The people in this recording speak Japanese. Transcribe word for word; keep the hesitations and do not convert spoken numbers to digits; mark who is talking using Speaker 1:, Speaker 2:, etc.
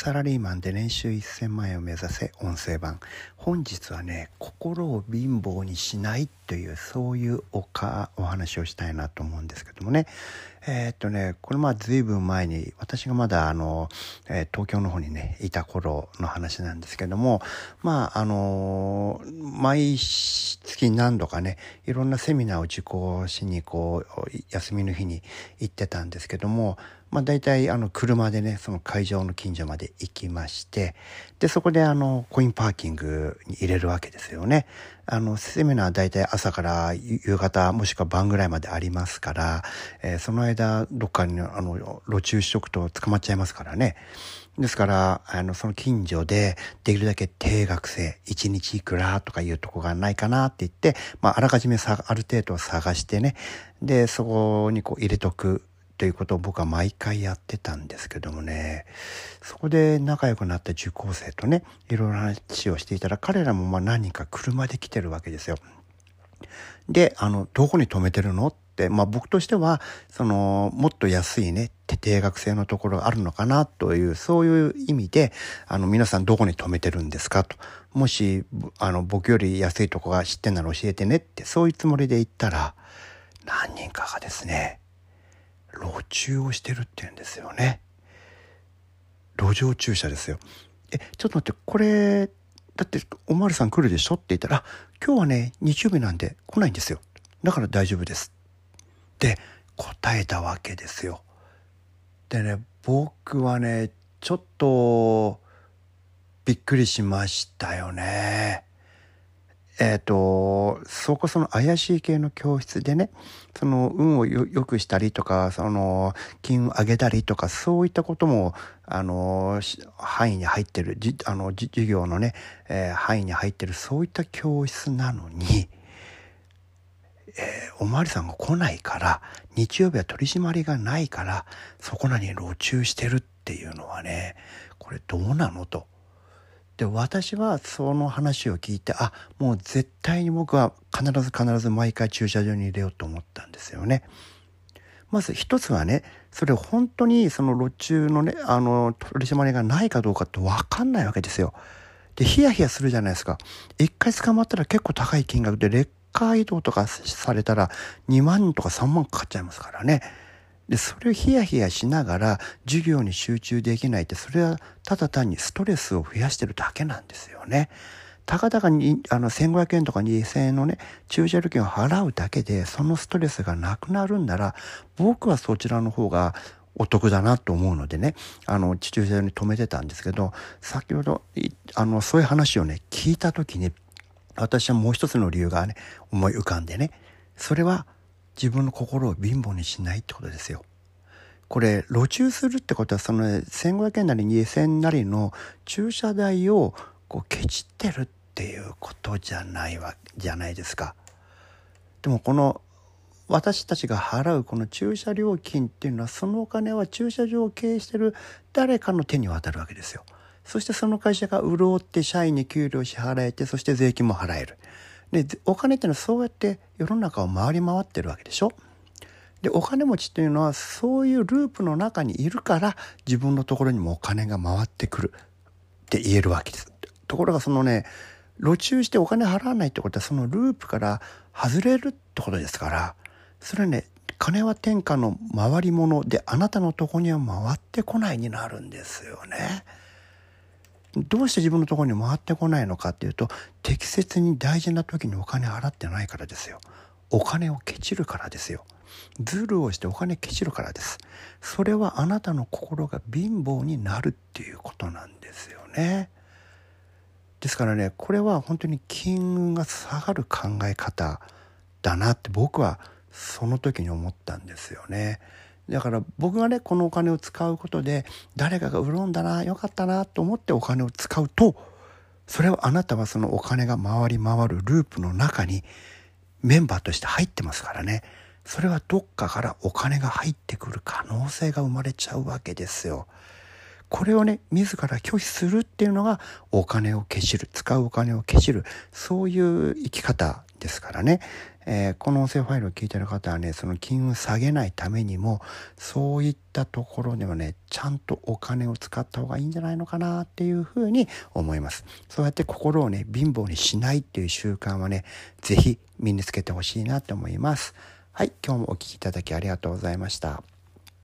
Speaker 1: サラリーマンで年収せんまん円を目指せ音声版。本日はね、心を貧乏にしないというそういうおかお話をしたいなと思うんですけどもね。えー、っとねこれまあ随分前に私がまだあの、えー、東京の方にねいた頃の話なんですけども、まああの毎月何度かねいろんなセミナーを受講しにこう休みの日に行ってたんですけども、まあ大体あの車でねその会場の近所まで行きまして、でそこであのコインパーキングに入れるわけですよね。あのセミナーは大体朝から夕方もしくは晩ぐらいまでありますから、えー、その間どっかにあの路駐しとくと捕まっちゃいますからね。ですからあのその近所でできるだけ定額制いちにちいくらとかいうとこがないかなって言って、まあ、あらかじめさある程度探してね、でそこにこう入れとくということを僕は毎回やってたんですけどもね、そこで仲良くなった受講生とねいろいろ話をしていたら、彼らもまあ何人か車で来てるわけですよ。で、あのどこに止めてるのって、まあ僕としてはそのもっと安いね定額制のところがあるのかなという、そういう意味であの皆さんどこに止めてるんですかと、もしあの僕より安いとこが知ってんなら教えてねって、そういうつもりで言ったら、何人かがですね路駐をしてるって言うんですよね。路上駐車ですよ。え、ちょっと待って、これだっておまわりさん来るでしょって言ったら、あ、今日はね日曜日なんで来ないんですよ、だから大丈夫ですって答えたわけですよ。でね、僕はねちょっとびっくりしましたよね。えっとそこその怪しい系の教室でね、その運をよ良くしたりとか、その金運上げたりとか、そういったこともあの範囲に入ってる、じあの授業のね、えー、範囲に入ってる、そういった教室なのに、えー、おまわりさんが来ないから、日曜日は取り締まりがないから、そこらに路駐してるっていうのはね、これどうなのと。で、私はその話を聞いて、あ、もう絶対に僕は必ず必ず毎回駐車場に入れようと思ったんですよね。まず一つはね、それ本当にその路駐のね、あの取り締まりがないかどうかって分かんないわけですよ。で、ヒヤヒヤするじゃないですか。一回捕まったら結構高い金額で、レッカー移動とかされたらにまんとかさんまんかかっちゃいますからね。で、それをヒヤヒヤしながら授業に集中できないって、それはただ単にストレスを増やしてるだけなんですよね。たかだかにあのせんごひゃくえんとかにせんえんのね駐車料金を払うだけでそのストレスがなくなるんなら、僕はそちらの方がお得だなと思うのでね、あの駐車場に止めてたんですけど、先ほどあのそういう話をね聞いた時に、私はもう一つの理由がね思い浮かんでね、それは自分の心を貧乏にしないってことですよ。これ路駐するってことは、そのせんごひゃくえんなりにせんえんなりの駐車代をこうケチってるっていうことじゃないわじゃないですか。でもこの私たちが払うこの駐車料金っていうのは、そのお金は駐車場を経営してる誰かの手に渡るわけですよ。そしてその会社が潤って社員に給料支払えて、そして税金も払える。で、お金っていうのはそうやって世の中を回り回ってるわけでしょ。で、お金持ちっていうのはそういうループの中にいるから、自分のところにもお金が回ってくるって言えるわけです。ところがそのね、路駐してお金払わないってことは、そのループから外れるってことですから、それね、金は天下の回り物で、あなたのところには回ってこないになるんですよね。どうして自分のところに回ってこないのかっていうと、適切に大事な時にお金払ってないからですよ。お金をケチるからですよ。ズルをしてお金ケチるからです。それはあなたの心が貧乏になるっていうことなんですよね。ですからね、これは本当に金運が下がる考え方だなって僕はその時に思ったんですよね。だから僕がねこのお金を使うことで誰かが潤んだな、よかったなと思ってお金を使うと、それはあなたはそのお金が回り回るループの中にメンバーとして入ってますからね。それはどっかからお金が入ってくる可能性が生まれちゃうわけですよ。 これをね自ら拒否するっていうのがお金をけしる、使うお金をけしる、そういう生き方ですからね、えー、この音声ファイルを聞いてる方はね、その金運下げないためにもそういったところではねちゃんとお金を使った方がいいんじゃないのかなっていうふうに思います。そうやって心をね貧乏にしないっていう習慣はねぜひ身につけてほしいなと思います。はい、今日もお聞きいただきありがとうございました。